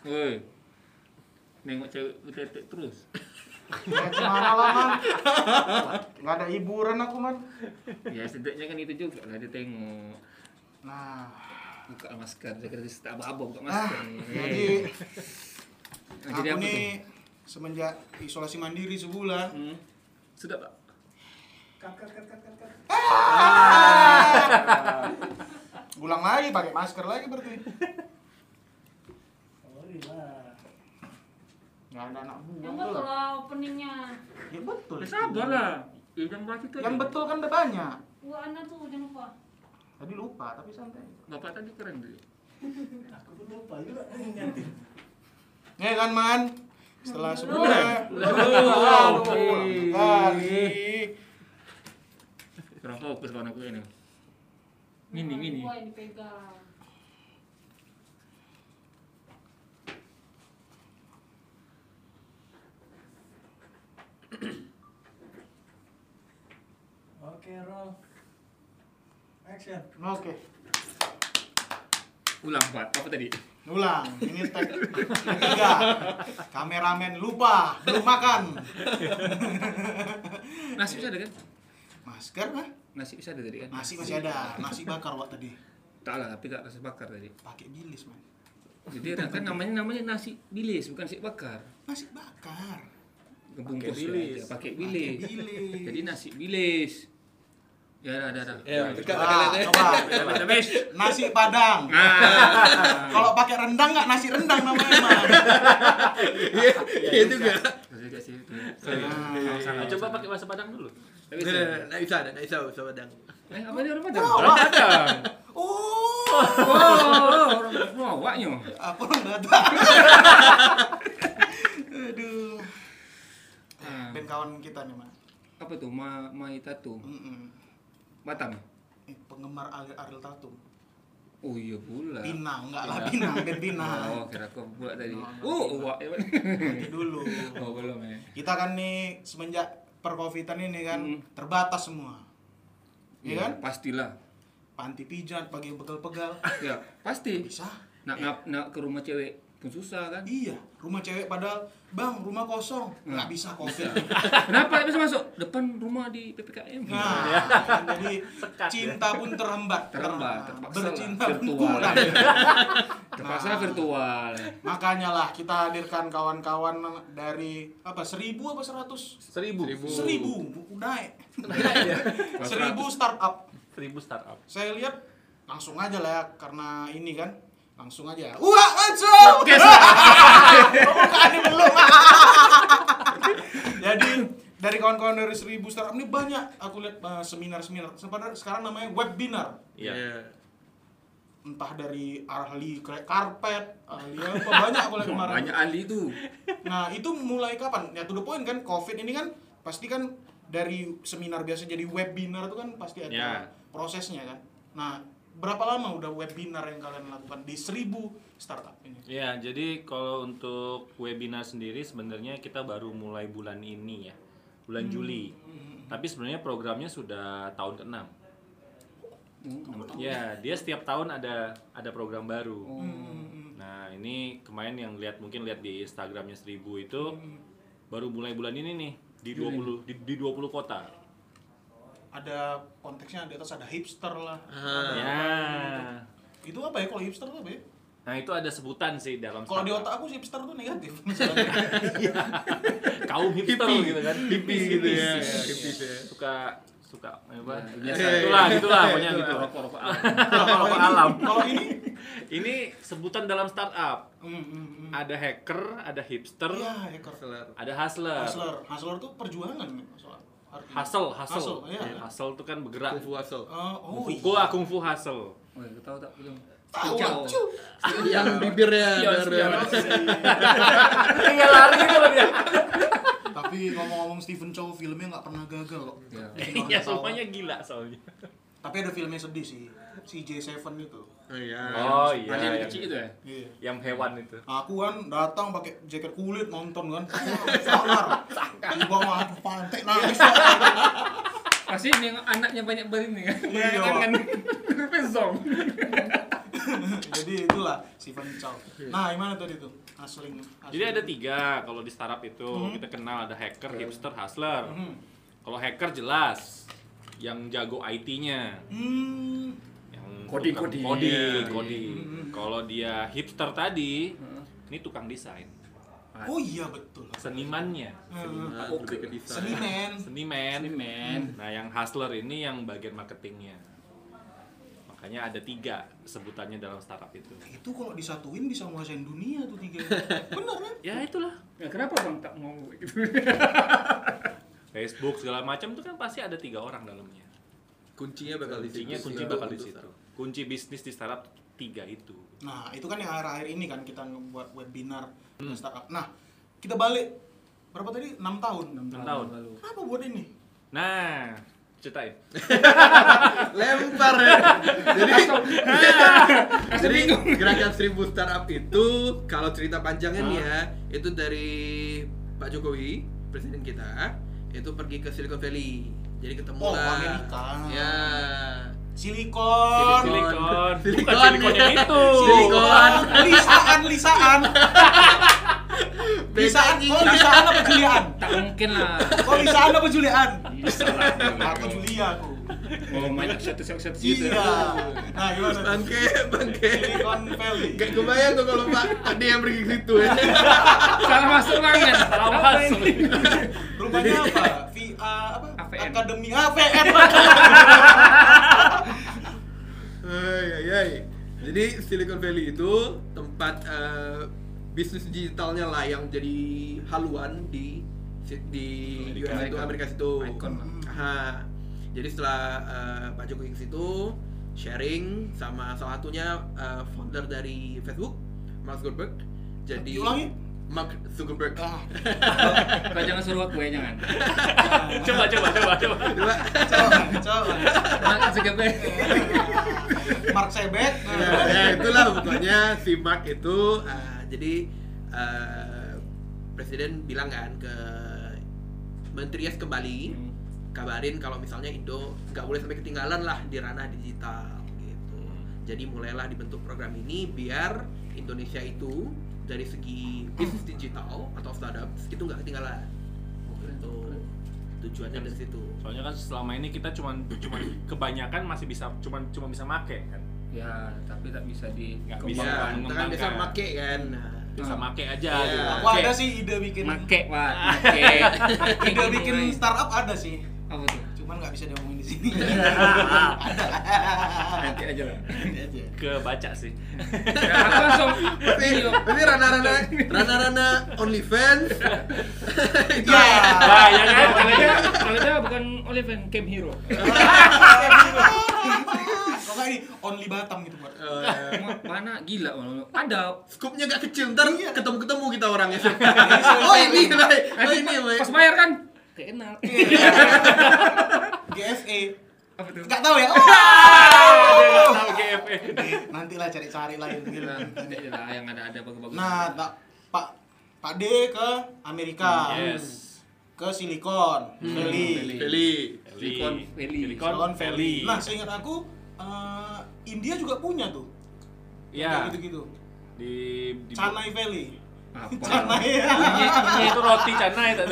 Woi. Nengok cewek tetek terus. Ya gimana lah man, nggak ada hiburan aku man. Ya setidaknya kan itu juga lah dia tengok. Nah, Buka masker, saya kira tak apa-apa buka masker. jadi Jadi aku apa nih semenjak isolasi mandiri sebulan. Sudah Pak? Ulang lagi pakai masker lagi berarti. Nggak ada anak buah. Yang betul lah openingnya. Ya betul. Ya sabar lah. Yang bahas itu Yang aja. betul kan udah banyak. Wah, Anda tuh jangan lupa. Tadi lupa tapi santai. Bapak tadi keren dulu. Aku pun lupa juga nyanyi. Ya kan man, setelah sebulan. Kali. Kurang fokus kawan aku ini. Mini. Wah, yang dipegang. Oke, roll. Action. Oke, Ulang Pak, apa tadi? ulang. Ini tag ketiga. Kameramen lupa, belum makan. Nasi bisa ada kan? Masker mah? Nasi bisa ada tadi kan? Nasi masih ada, nasi bakar wak tadi. Tak lah, tapi tak nasi bakar tadi. Pakai bilis man. Jadi kan namanya nasi bilis, bukan nasi bakar. Nasi bakar. Ngebungkus bilis. aja, pakai bilis. Pakai bilis. Jadi nasi bilis. Ya, ada. Ya, dekat Ah, dekat. coba. Habis. Nasi Padang. Nah. Kalau pakai rendang nggak nasi rendang namanya man. Iya juga. Juga sih. Nah, Coba pakai bahasa Padang dulu. Tapi Nggak bisa Padang. apa dia orang Padang? Oh, Orang Padang. Oh, Orang awaknya. aku orang datang. Aduh. Dan kawan kita nih man. Apa tuh? Maita tuh. Batam. Penggemar Ariel Tatum. Oh iya pula. Pinang, enggak lah Pinang, band Pinang. Oh, kira kau pula tadi. No. Uwak ya. Nanti dulu. Oh, belum ya. Kita kan nih semenjak per-covidan ini kan terbatas semua. Iya kan? Pastilah. Panti pijat, pagi pegal-pegal. Ya, pasti. Bisa. Nak ke rumah cewek pun susah kan? Iya, rumah cewek padahal, "Bang, rumah kosong." Nggak bisa Covid. Kenapa bisa masuk? Depan rumah di PPKM. Nah, jadi cinta pun terhambat. Terhambat, terpaksa Bercinta lah, pun virtual. kurang. Terpaksa Nah, virtual. Makanya lah kita hadirkan kawan-kawan dari apa 1000 apa 100? 1000. Naik. Ya. 1000 startup. 1000 startup. Saya lihat langsung aja lah ya karena ini kan langsung aja. Wah, langsung. Bukannya belum. Jadi dari kawan-kawan dari 1000 startup ini banyak aku lihat seminar-seminar. Sekarang namanya webinar. Iya. Entah dari ahli karpet, ahli apa banyak aku lihat kemarin. Banyak ahli itu. Nah, itu mulai kapan? Ya to the point kan Covid ini kan pasti kan dari seminar biasa jadi webinar itu kan pasti ada Ya. prosesnya kan. Nah, berapa lama udah webinar yang kalian lakukan di 1000 startup ini? Ya, jadi kalau untuk webinar sendiri sebenarnya kita baru mulai bulan ini ya, bulan Juli. Tapi sebenarnya programnya sudah tahun ke-6. Ya, dia setiap tahun ada program baru. Nah, ini kemarin yang mungkin lihat di Instagramnya 1000 itu baru mulai bulan ini nih di 20 kota. Ada konteksnya di atas ada hipster lah. Ya. Itu apa ya kalau hipster tuh apa ya? Nah, itu ada sebutan sih dalam Kalau di startup. otak aku hipster tuh negatif. Kaum hipster gitu kan. Hippies gitu ya. Hippies. Hippies ya. Suka apa? Biasa. Itulah pokoknya gitu. Rokok alam. Rokok alam. Kalau ini Ini sebutan dalam startup. Ada hacker, ada hipster, iya hacker. ada hustler. Hustler tuh perjuangan soal artinya. Hustle. Hustle, iya. Hustle itu kan bergerak. Kungfu asal. Oh, Kungfu hustle. Oh, iya, tahu tak belum? tahu Ciao. lucu. Yang bibirnya Iya, ada. iya. Tinggal lari gitu loh dia. Tapi ngomong-ngomong Stephen Chow filmnya nggak pernah gagal loh. Iya. Bikin orang Iya, ketawa. semuanya gila soalnya. Tapi ada filmnya sedih sih. Si J7 itu. Oh iya. Oh iya. Anjing yang- kecil itu ya? Iya. Yang hewan itu. Aku kan datang pakai jaket kulit nonton kan. Sangar. Tiba mah aku pantai nangis. Pasti ini yang anaknya banyak berini kan? Iya. Kan kan. Zong. Jadi itulah Stephen Chow. Nah, gimana tadi tuh? Hustling. Jadi ada 3 kalau di startup itu kita kenal, ada hacker, hipster, hustler. Kalau hacker jelas yang jago IT-nya. Yang Coding. coding. Kalau dia hipster tadi, ini tukang desain. Oh iya betul. Senimannya. Lebih ke desain. Seniman. Nah, yang hustler ini yang bagian marketingnya. Makanya ada 3 sebutannya dalam startup itu. Itu kalau disatuin bisa menguasain dunia tuh 3. Benar kan? Ya itulah. Ya kenapa Bang tak mau gitu? Facebook segala macam itu kan pasti ada 3 orang dalamnya. Kuncinya bakal di situ. Kunci bakal di situ. Kunci bisnis di startup 3 itu. Nah, itu kan yang akhir-akhir ini kan kita ngebuat webinar startup. Nah, kita balik berapa tadi? 6 tahun. 6 tahun. Kenapa buat ini? Nah, ceritain. Lempar ya. Jadi gerakan 1000 startup itu kalau cerita panjangnya nih ya, itu dari Pak Jokowi, presiden kita, itu pergi ke Silicon Valley. Jadi ketemu lah. Amerika. Ya. Silikon. Bukan Silikon silikon yang ya. itu. Silikon. Lisaan. Lisaan, kok Lisaan apa Julian? Tak mungkin lah. Kok Lisaan apa Julian? Bisa lah. Aku Julia aku. Oh, banyak satu gitu. Iya. Nah, gimana? Bangke. Silicon Valley. Gak kebayang tuh kalau Pak tadi yang pergi ke situ ya. Salah masuk banget. Salah masuk. Rupanya apa? Apa? AVN. Akademi AVN. Ay. Jadi Silicon Valley itu tempat bisnis digitalnya lah yang jadi haluan di US itu, Amerika situ. Icon lah. Aha. Jadi setelah Pak Jokowi ke situ sharing sama salah satunya founder dari Facebook, Mark Zuckerberg. Jadi Ulangi. Mark Zuckerberg. Kau jangan suruh aku ya, jangan. Coba. Coba. Coba. Mak Zuckerberg. Mark Sebek. Ya, itulah pokoknya si Mark itu jadi presiden bilang kan ke Menteri Yes kembali kabarin kalau misalnya Indo nggak boleh sampai ketinggalan lah di ranah digital gitu. Jadi mulailah dibentuk program ini biar Indonesia itu dari segi bisnis digital atau startup itu nggak ketinggalan. Gitu. Tujuannya dari situ. Soalnya kan selama ini kita cuman kebanyakan masih bisa cuma bisa make kan. Ya, tapi tak bisa Nggak Bisa, bisa. dikembangkan. kita kan biasa make kan. Bisa make aja Iya. gitu. Aku ada sih ide bikin Make, Pak. Make. ide bikin startup ada sih. Apa tuh? Cuman nggak bisa diomongin di sini. Nanti aja lah. Kebaca sih. Ya, aku langsung Tapi rana-rana OnlyFans. Iya. Nah, ya kan? Kalau dia bukan Oliver, Camp Hero. Kok nggak ini only Batam gitu buat. Mana gila, ada. Skupnya gak kecil, ntar Iya. ketemu kita orangnya. Oh ini, Bay. Pas bayar kan? Kenal. GFE. Apa tuh? Nggak tahu ya. Dia nggak tahu GFE. Nanti lah cari-cari lah itu. Nanti lah yang ada bagus-bagus. Nah, Pak D ke Amerika. Yes. Ke Silicon Valley. Feli. Silicon Valley. Silicon Valley. Nah, seingat aku India juga punya tuh. Iya. Kayak gitu-gitu. Di Chennai Valley. Apa? Chennai. Ini itu roti canai tadi.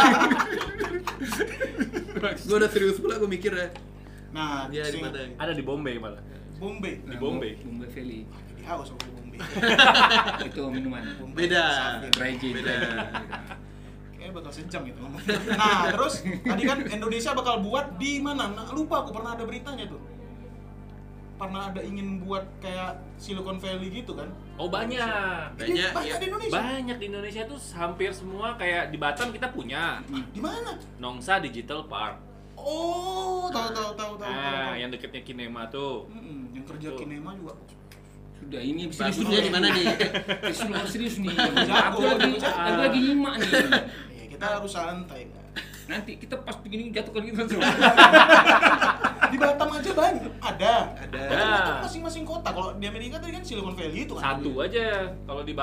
Gue udah serius pula gue mikir ya. Nah, Dia di seingat- mana? Ada di Bombay malah. Bombay. Di Bombay. Bombay Valley. Jadi haus aku Bombay. Itu minuman. Beda. Dry gin. Beda. Kayaknya bakal sejam gitu ngomong. Nah, terus tadi kan Indonesia bakal buat di mana? Nah, lupa aku pernah ada beritanya tuh. Pernah ada ingin buat kayak Silicon Valley gitu kan? Oh banyak. Banyak, Banyak iya. di Indonesia. Banyak di Indonesia tuh hampir semua kayak di Batam kita punya Di mana? Nongsa Digital Park. Oh, tahu. Nah, yang deketnya Kinema tuh. Yang kerja Tuh. Kinema juga. Sudah ini Bagusnya di mana nih? Serius nih. Jago, Aku lagi nyimak nih. Ya, kita harus santai kan. Nanti kita pas begini jatuhkan gitu langsung. Di Batam aja banyak. Ada. Ada. Itu masing-masing kota. Kalau di Amerika tadi kan Silicon Valley itu kan. Satu aja. Kalau di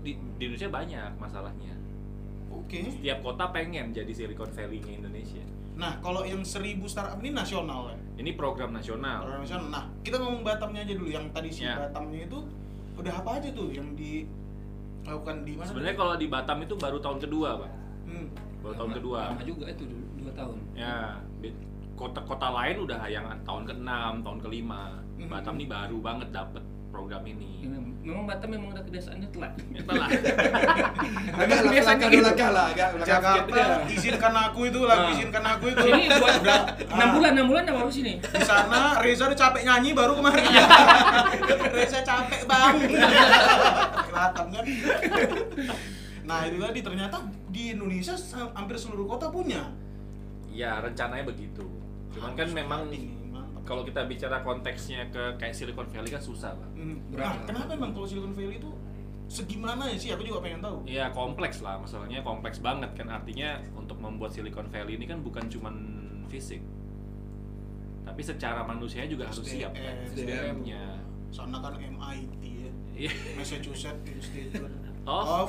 Indonesia banyak masalahnya. Oke. Setiap kota pengen jadi Silicon Valley-nya Indonesia. Nah, kalau yang 1000 startup ini nasional ya? Ini program nasional. Program nasional. Nah, kita ngomong Batamnya aja dulu. Yang tadi si Ya. Batamnya itu udah apa aja tuh yang dilakukan di mana? Sebenarnya kalau di Batam itu baru tahun kedua, Pak. Baru tahun kedua. Lama juga itu 2 tahun. Ya, di kota-kota lain udah yang tahun ke-6, tahun ke-5. Batam nih baru banget dapet program ini. Ya, memang Batam memang ada kebiasaannya telat. Ya, telat. Agak Biasanya langkah lah, agak Jakarta, izinkan aku itu lagu izinkan aku itu. Sini buat udah 6 bulan baru sini. di sana Reza udah capek nyanyi baru kemarin. Reza capek banget. Kelihatan kan. Nah, itu tadi ternyata di Indonesia hampir seluruh kota punya. Ya, rencananya begitu. Cuman kan memang kalau kita bicara konteksnya ke kayak Silicon Valley kan susah, Pak. Nah, kenapa emang kalau Silicon Valley itu segimana ya sih? Aku juga pengen tahu. Ya kompleks lah, masalahnya kompleks banget kan. Artinya untuk membuat Silicon Valley ini kan bukan cuman fisik, tapi secara manusianya juga harus siap kan, SDM-nya. Sana kan MIT ya, Iya. Massachusetts Institute Of? of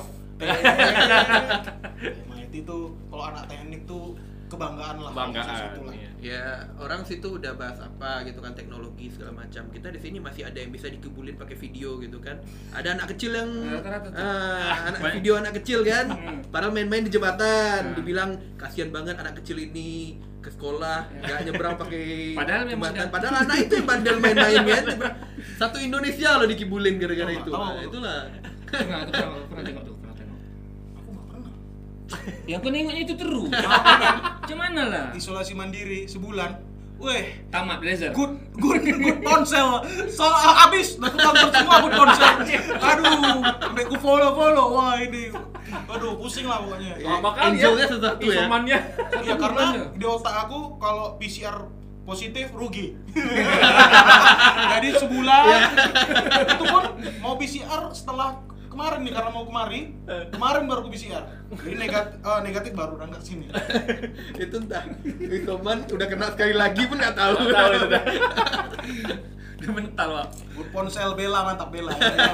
MIT tuh kalau anak teknik tuh kebanggaan lah. Kebanggaan. Lah. Iya. Ya, orang situ udah bahas apa gitu kan, teknologi segala macam. Kita di sini masih ada yang bisa dikebulin pakai video gitu kan. Ada anak kecil yang Rata-rata tuh. video anak kecil kan. Padahal main-main di jembatan. Dibilang kasihan banget anak kecil ini ke sekolah nggak nyebrang pakai Padahal memang jembatan. udah- Padahal anak itu yang bandel main-main kan. Satu Indonesia loh dikibulin gara-gara Oh, itu. nggak tahu. Nah, itulah. Pernah tengok tuh, pernah tengok. Aku nggak pernah. Yang kau nengoknya itu terus. Macam mana lah? Isolasi mandiri sebulan. Weh, Tamat Blazer. good ponsel. Abis, aku download semua good ponsel. Aduh, sampai ku follow. Wah ini, aduh pusing lah pokoknya. Lama kali Angel-nya ya, sesuatu ya. isomannya. Ya karena bulan ya? di otak aku kalau PCR positif rugi. Jadi sebulan itu pun mau PCR setelah kemarin nih karena mau kemarin baru ke PCR. Jadi negatif baru berangkat sini. Itu entah isoman udah kena sekali lagi pun nggak tahu. Tahu itu dah. Udah mental, Pak. Good ponsel Bella mantap Bella.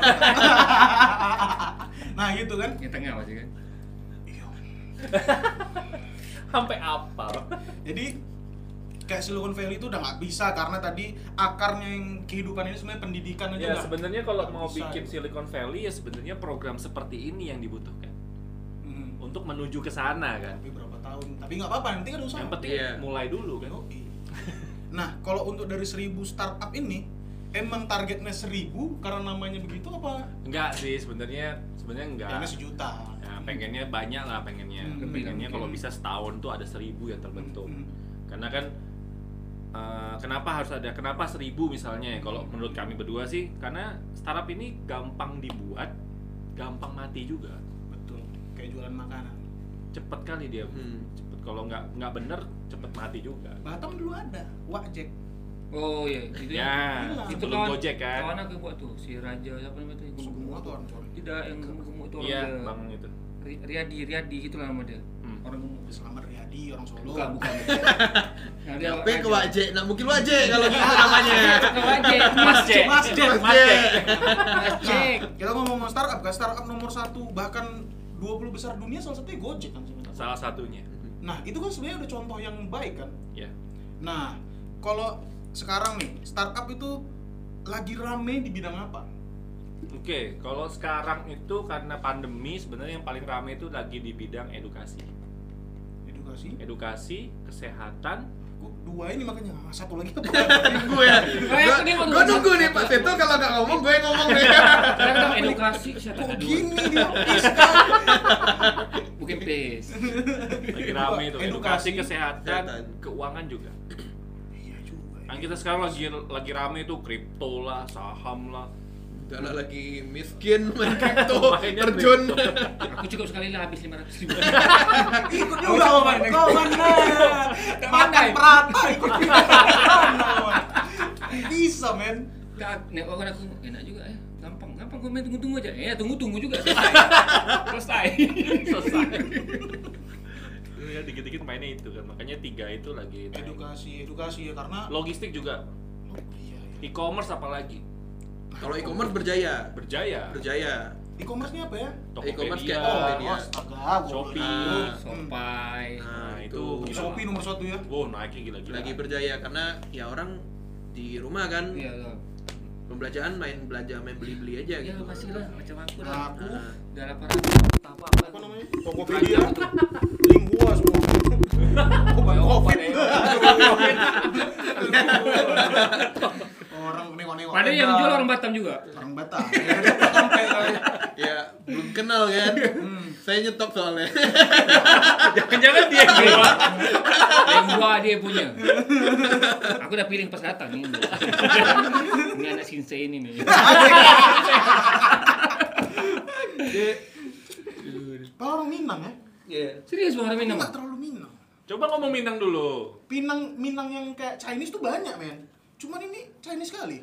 Nah gitu kan. Yang tengah masih kan. Iya. Sampai apa? Jadi kayak Silicon Valley itu udah nggak bisa karena tadi akarnya yang kehidupan ini sebenarnya pendidikan aja Ya nggak- sebenarnya kalau nggak mau bisa. bikin Silicon Valley ya sebenarnya program seperti ini yang dibutuhkan untuk menuju ke sana kan. Tapi berapa tahun? Tapi nggak apa-apa, nanti kan usaha. Yang penting Iya. mulai dulu kan. Yoi. Nah, kalau untuk dari 1000 startup ini emang targetnya 1000 karena namanya begitu apa? Enggak sih sebenarnya enggak. Kayaknya 1 juta. Ya, pengennya banyak lah pengennya. Lebih Pengennya mungkin. kalau bisa setahun tuh ada 1000 yang terbentuk. Hmm. Karena kan kenapa 1000 misalnya ya, kalau menurut kami berdua sih karena startup ini gampang dibuat, gampang mati juga. Betul. Kayak jualan makanan. Cepet kali dia. Cepet kalau nggak bener cepet mati juga. Batam dulu ada, Wajek. Oh iya, itu Ya, hilang. itu kawan- Gojek kan. Kawan aku buat tuh, si Raja siapa namanya tuh? Semua tuh orang sorry. Tidak, yang gemuk-gemuk itu orang Iya, dia. Bang itu. Riyadi gitu lah nama dia. Orang gemuk. Selamat Riyadi, orang Solo. Bukan. Nah, dia Sampai ke Raja. Wajek, nah mungkin Wajek kalau gitu namanya. Ke Wajek. Mas Cek. Mas Cek. Wajek. Mas Cek. Kita ngomong startup kan, startup nomor 1 bahkan 20 besar dunia salah satunya Gojek kan sebenarnya. Salah satunya. Nah, itu kan sebenarnya udah contoh yang baik kan. Ya. Nah, kalau sekarang nih, startup itu lagi rame di bidang apa? Oke, kalau sekarang itu karena pandemi sebenarnya yang paling rame itu lagi di bidang edukasi. Edukasi, kesehatan. Kok 2 ini makanya, satu lagi apa? Tunggu ya. Gue nunggu nih Pak Seto kalau nggak ngomong gue yang ngomong nih. Sekarang dong edukasi kesehatan Kok aduh. gini dia? Bukan PES. Lagi rame itu edukasi, Edukasi, kesehatan, kesehatan. keuangan juga. Iya juga. Kan kita sekarang lagi rame itu kripto lah, saham lah. Udah lah lagi miskin main kripto Mainnya terjun. Aku cukup sekali lah habis 500.000. Ikut juga kau mana? Makan perata ikut juga. Bisa men. Enggak, nek orang aku enak juga ya. Gampang komen tunggu aja. Tunggu juga selesai. Ya dikit-dikit mainnya itu kan. Makanya 3 itu lagi naik. Edukasi ya karena Logistik juga. iya. E-commerce apalagi Kalau e-commerce berjaya. berjaya. Berjaya. E-commerce-nya apa ya? E-commerce Tokopedia, kayak Tokopedia. Astaga, Shopee. Ah. Shopee. Nah, itu Itu Shopee nomor 1 ya. wow, naiknya gila-gila. lagi berjaya karena ya orang di rumah kan Iya loh. pembelajaran main beli-beli aja Ya gitu. pasti lah macam aku Nah, lah. aku Ah. Udah laparan apa apa namanya? Tokopedia. Lingua semua. Obat Covid. Orang nengok-nengok. Padahal yang jual orang Batam juga. Orang Batam. Sampai Ya belum kenal kan. Saya nyetok soalnya. Jangan-jangan dia yang jual. Yang buah dia punya. Aku udah pilih pas datang nih. Ini anak Shinsei ini nih. Kalau orang Minang ya, Iya. Serius bang orang Minang. nggak terlalu Minang. Coba ngomong Minang dulu. Minang yang kayak Chinese tuh banyak men. Cuman ini Chinese sekali.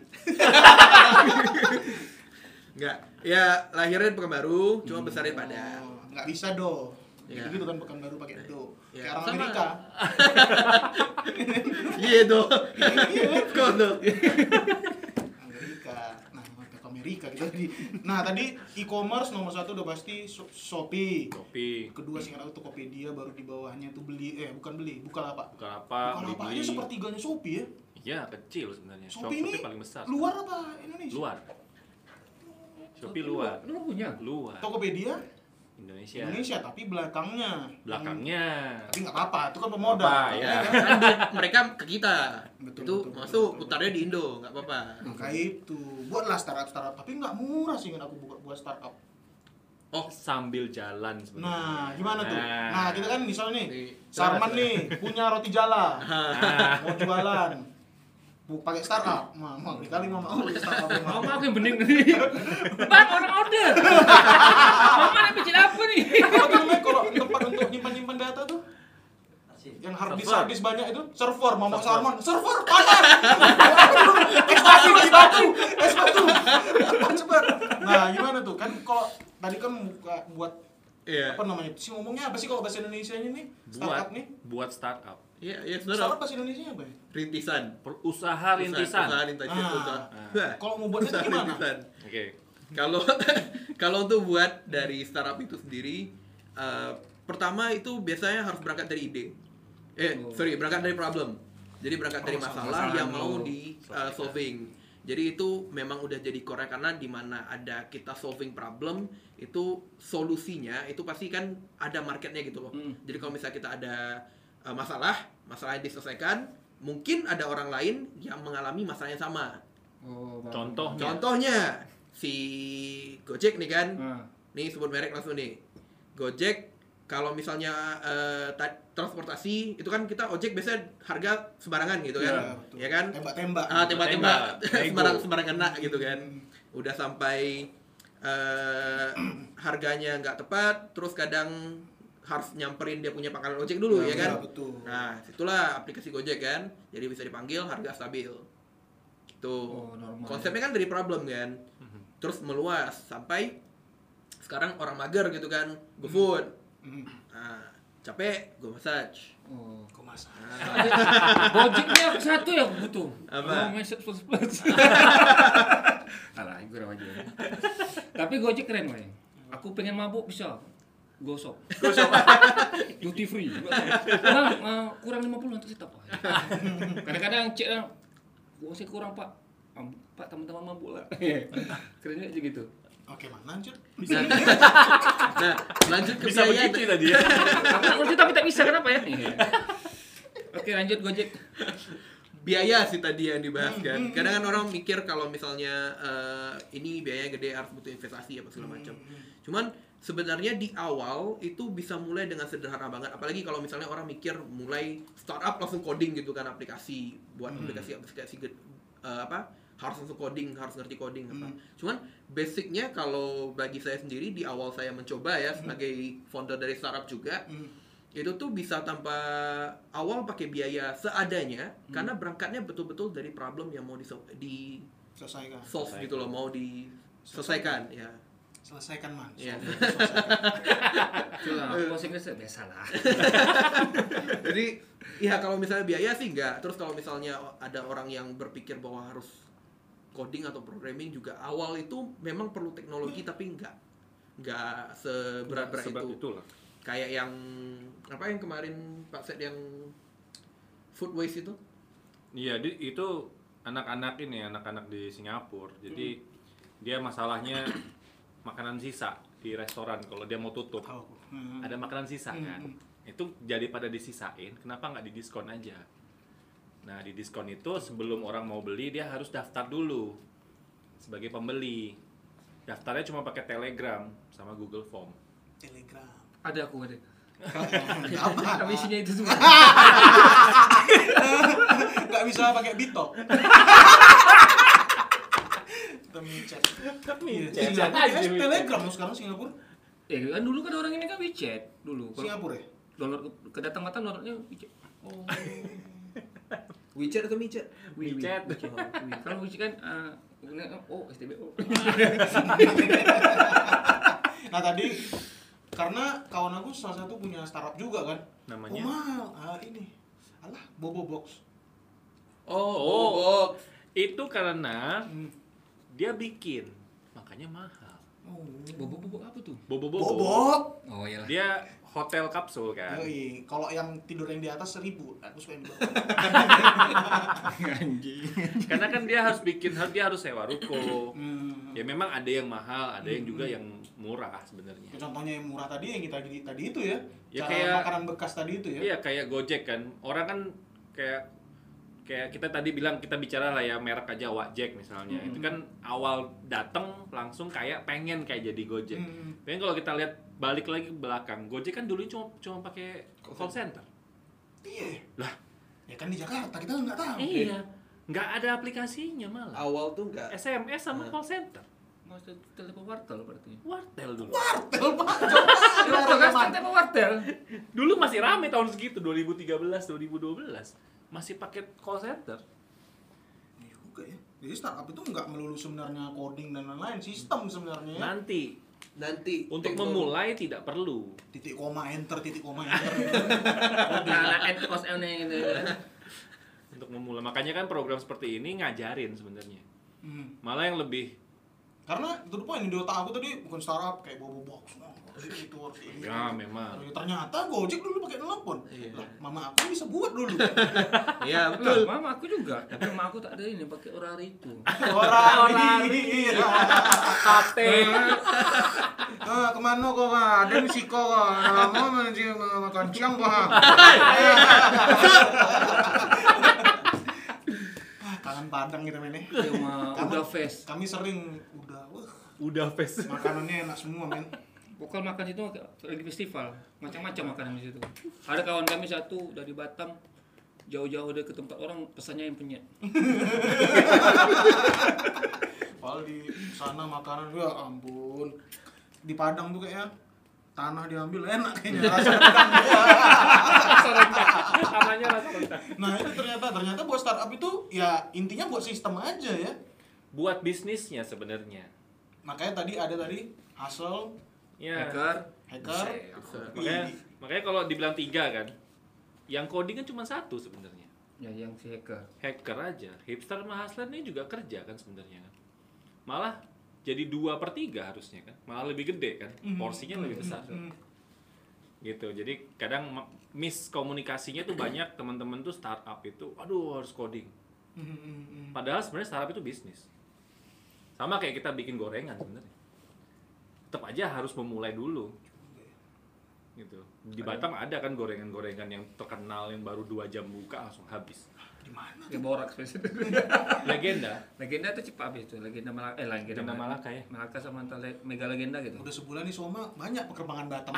Enggak. Ya lahirnya di Pekanbaru, cuma besarnya Padang. Oh, nggak bisa do. Iya. Gitu kan Pekanbaru pakai do. Iya. Kayak orang Sama. Amerika. Iya tuh. Kok tuh. Amerika. Nah, ke Amerika gitu tadi. Nah, tadi e-commerce nomor 1 udah pasti Shopee. Kopi, Kedua singkat aku Tokopedia, baru di bawahnya tuh beli Bukalapak. Bukalapak, Bukalapak aja Blibli. sepertiganya Shopee ya. Iya, kecil sebenarnya. Shopee ini paling besar. luar apa Indonesia? Luar. Shopee luar. Lu punya? Luar. Tokopedia Indonesia. Indonesia tapi belakangnya. Belakangnya. Tapi nggak apa-apa, itu kan pemodal. Apa, ya. Kan duit mereka ke kita. Betul, Itu betul, masuk betul. putarnya di Indo, nggak apa-apa. Maka itu buatlah startup, tapi nggak murah sih kan aku buat startup. Oh, sambil jalan sebenarnya. Nah, gimana tuh? Nah. Nah, kita kan misalnya nih, Nih, Sarman jelas. nih punya roti jala, Nah, mau jualan, pakai startup, mau kali mau pakai startup. Mama aku yang bening nih. Bang orang order. Mama ada bikin apa nih? Apa tuh namanya kalau tempat untuk nyimpan data tuh? Yang harddisk banyak itu server, mama Sarman, server panas. Es batu. Cepat. Nah, gimana tuh? Kan kalau tadi kan buat Iya. apa namanya? Si ngomongnya apa sih kalau bahasa Indonesianya nih? Startup nih. buat startup. Iya, iya Startup saudara. bahasa Indonesia apa ya? Rintisan. Usaha rintisan. Usaha rintisan. Ah. Usaha. Kalau mau buatnya Usaha tuh gimana? rintisan. Oke. Kalau kalau untuk buat dari startup itu sendiri, pertama itu biasanya harus berangkat dari ide. Berangkat dari problem. Jadi berangkat dari masalah yang mau di solving. Jadi itu memang udah jadi core karena di mana ada kita solving problem itu solusinya itu pasti kan ada marketnya gitu loh. Jadi kalau misalnya kita ada masalah yang diselesaikan, mungkin ada orang lain yang mengalami masalah yang sama. Oh, Contohnya si Gojek nih kan. Nah. Nih sebut merek langsung nih. Gojek kalau misalnya transportasi itu kan kita ojek biasanya harga sembarangan gitu kan. Iya, betul. Ya kan? Tembak-tembak. Tembak-tembak Nego. sembarang kena gitu kan. Udah sampai harganya nggak tepat, terus kadang harus nyamperin dia punya pangkalan ojek dulu ya kan. Betul. Nah, itulah aplikasi Gojek kan. Jadi bisa dipanggil harga stabil. Gitu. Oh, normal. Konsepnya kan dari problem kan. Terus meluas sampai sekarang orang mager gitu kan. GoFood. Nah, capek, go massage. Oh. Kok masak? Gojeknya satu ya aku butuh. Apa? Oh, message plus. Alah, gue aja. Tapi Gojek keren, Wei. Aku pengen mabuk bisa. Gosok. Duty free. Bang, kurang 50 nanti saya top. Kadang-kadang cek lah. Gua saya kurang, Pak. Pak, teman-teman mabuk lah. Keren aja gitu. Oke, mana lanjut? Nah, lanjut ke Bisa biaya. begitu tadi ya. Aku tapi tak bisa kenapa ya? Oke, lanjut Gojek. Biaya sih tadi yang dibahas kan. Kadang kan orang mikir kalau misalnya ini biayanya gede harus butuh investasi apa segala macam. Cuman sebenarnya di awal itu bisa mulai dengan sederhana banget. Apalagi kalau misalnya orang mikir mulai startup langsung coding gitu kan aplikasi buat aplikasi harus langsung coding, harus ngerti coding apa. Cuman basicnya kalau bagi saya sendiri di awal saya mencoba ya sebagai founder dari startup juga itu tuh bisa tanpa awal pakai biaya seadanya karena berangkatnya betul-betul dari problem yang mau di Selesaikan. solve gitu loh, mau diselesaikan ya. Selesaikan, Man. Iya. Coba, bahasa Inggris biasa lah. Jadi ya kalau misalnya biaya sih enggak. Terus kalau misalnya ada orang yang berpikir bahwa harus coding atau programming juga awal itu memang perlu teknologi tapi enggak. nggak seberat-berat itu. Itulah. Kayak yang apa yang kemarin Pak Sed yang food waste itu? Iya, itu anak-anak di Singapura. Jadi dia masalahnya makanan sisa di restoran kalau dia mau tutup. Ada makanan sisa kan. Itu jadi pada disisain, kenapa nggak didiskon aja? Nah, di diskon itu sebelum orang mau beli dia harus daftar dulu sebagai pembeli. Daftarnya cuma pakai Telegram sama Google Form. Telegram. Ada aku ada. Apa? Tapi isinya itu semua. Nggak bisa pakai Bitok. Kita micet. Telegram loh sekarang Singapura. Kan dulu kan orang ini kan WeChat dulu. Kalau Singapura ya? download kedatang downloadnya WeChat. Oh. WeChat atau micet? WeChat. Kalau WeChat kan STBO. Nah tadi karena kawan aku salah satu punya startup juga kan. Namanya? Oh mahal. Ini. Alah, Bobo Box. Oh, itu karena dia bikin, makanya mahal. Oh. Bobo apa tuh? Bobo. Bobo. Oh iyalah. Dia hotel kapsul kan. Yoi, kalau yang tidur yang di atas 1.000, aku suka yang di bawah. Anjing. Karena kan dia harus sewa ruko. Ya memang ada yang mahal, ada yang juga yang murah sebenarnya. Contohnya yang murah tadi yang kita tadi itu ya. Ya cara kayak makanan bekas tadi itu ya. Iya, kayak Gojek kan. Orang kan kayak kita tadi bilang, kita bicara lah ya merek aja Wajek misalnya. Itu kan awal datang langsung kayak pengen kayak jadi Gojek. Pengen kalau kita lihat balik lagi ke belakang, Gojek kan dulu cuma pakai call center. Iya. Lah, Ya kan di Jakarta kita nggak tahu. iya. Nggak ada aplikasinya malah. Awal tuh nggak. SMS sama call center. Maksud telepon wartel berarti. Wartel dulu. Wartel Pak. Wartel kan telepon wartel. Dulu masih rame tahun segitu, 2013, 2012. Masih pakai call center. Iya juga ya. Jadi startup itu nggak melulu sebenarnya coding dan lain-lain, sistem sebenarnya ya. Nanti Untuk memulai tidak perlu. Titik koma enter, titik koma enter. Nah, cos ini gitu. Untuk memulai. Makanya kan program seperti ini ngajarin sebenarnya. Malah yang lebih Karena itu poin di otak aku tadi bukan startup kayak Bobo Box. Itu harus ini. ya memang. Ternyata Gojek dulu pakai telepon. Iya. Lah, mama aku bisa buat dulu. Iya, Betul. betul. Mama aku juga, tapi mama aku tak ada ini pakai orari itu. Orang ini. Sate. Kemana kok ada sih kok lama makan siang kok. Kangen Padang kita mainnya. Cuma udah face. Kami sering Udah face. makanannya enak semua men. Pokoknya makan situ lagi festival, macam-macam makanan di situ. Ada kawan kami satu dari Batam, jauh-jauh dari ke tempat orang pesannya yang penyet. Kalau di sana makanan ya ampun. Di Padang tuh kayaknya tanah diambil enak kayaknya rasa Namanya rasa rendah. Nah itu ternyata buat startup itu ya intinya buat sistem aja ya. Buat bisnisnya sebenarnya. Makanya tadi hustle, Ya. Hacker, Makanya kalau dibilang 3 kan, yang coding kan cuma 1 sebenarnya. ya yang si hacker. Hacker aja. Hipster sama hustler ini juga kerja kan sebenarnya kan. Malah jadi 2/3 harusnya kan. Malah lebih gede kan. Porsinya lebih besar. Gitu. Jadi kadang miskomunikasinya tuh banyak teman-teman tuh startup itu, aduh harus coding. Padahal sebenarnya startup itu bisnis. Sama kayak kita bikin gorengan sebenarnya. Tetap aja harus memulai dulu. Gitu. Di Batam ada kan gorengan-gorengan yang terkenal yang baru 2 jam buka langsung habis. di mana? Ya borak spesial. Legenda. Legenda itu cepat habis tuh. Legenda Malaka ya. Malaka sama Mega Legenda gitu. Udah sebulan nih Soma banyak perkembangan Batam.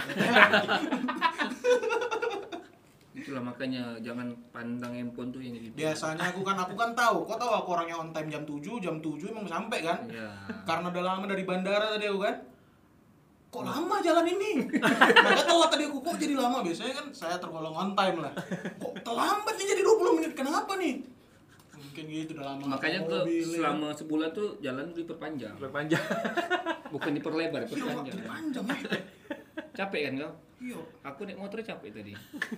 Itulah makanya jangan pandang handphone tuh yang gitu. Biasanya aku kan tahu, kok tahu aku orangnya on time jam 7 emang sampai kan? Iya. Karena udah lama dari bandara tadi aku kan. Kok lama jalan ini? Maka telat tadi aku, kok jadi lama? Biasanya kan saya tergolong on time lah. Kok terlambat nih jadi 20 menit? Kenapa nih? Mungkin gitu udah lama. Makanya tuh selama sebulan tuh jalan diperpanjang. Berpanjang. Bukan diperlebar, Iya, diperpanjang. waktu panjang ya. Capek kan kau? Iya. Aku naik motor capek tadi.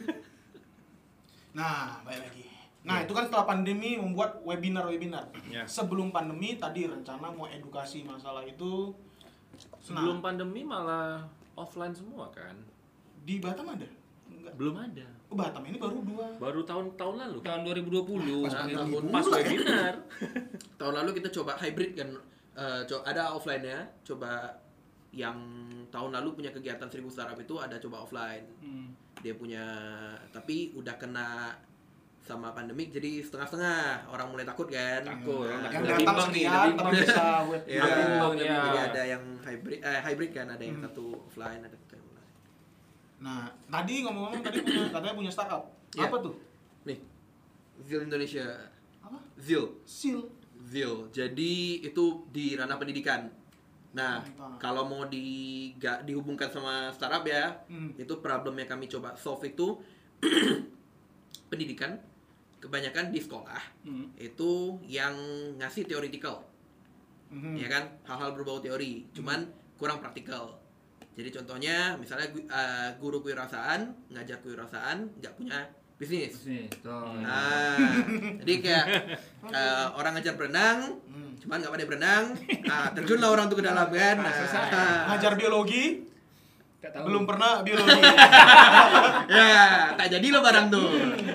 Nah, balik lagi. Nah, itu kan setelah pandemi membuat webinar. Ya. Sebelum pandemi tadi rencana mau edukasi masalah itu Sebelum pandemi malah offline semua kan? Di Batam ada? Enggak. Belum ada. Oh, Batam ini Baru tahun lalu. Tahun 2020. Pas webinar. Tahun lalu kita coba hybrid kan, ada offline-nya, coba yang tahun lalu punya kegiatan 1000 startup itu ada coba offline. Dia punya, tapi udah kena sama pandemik jadi setengah-setengah, orang mulai takut kan. Takut. Nah, yang Udah datang bimbang nih, sekian udah tapi bimbang. bisa web. ya, Bimbang, ya. jadi ada yang hybrid kan, ada yang satu offline, ada yang online. Nah, tadi ngomong-ngomong tadi katanya punya startup. Iya. Apa tuh? Nih, Zil Indonesia. Apa? Zil. Sil. Jadi itu di ranah pendidikan. Nah, Mantap. kalau mau dihubungkan sama startup ya, itu problem yang kami coba solve itu pendidikan kebanyakan di sekolah itu yang ngasih theoretical, ya kan, hal-hal berbau teori, cuman kurang praktikal. Jadi contohnya misalnya guru kewirausahaan ngajar kewirausahaan nggak punya bisnis. Nah, jadi kayak orang ngajar berenang, cuman nggak pandai berenang, nah terjunlah orang tuh ke dalam kan. Nah, Ngajar biologi, Tak tahu. belum pernah biologi. ya tak jadi lo barang tuh.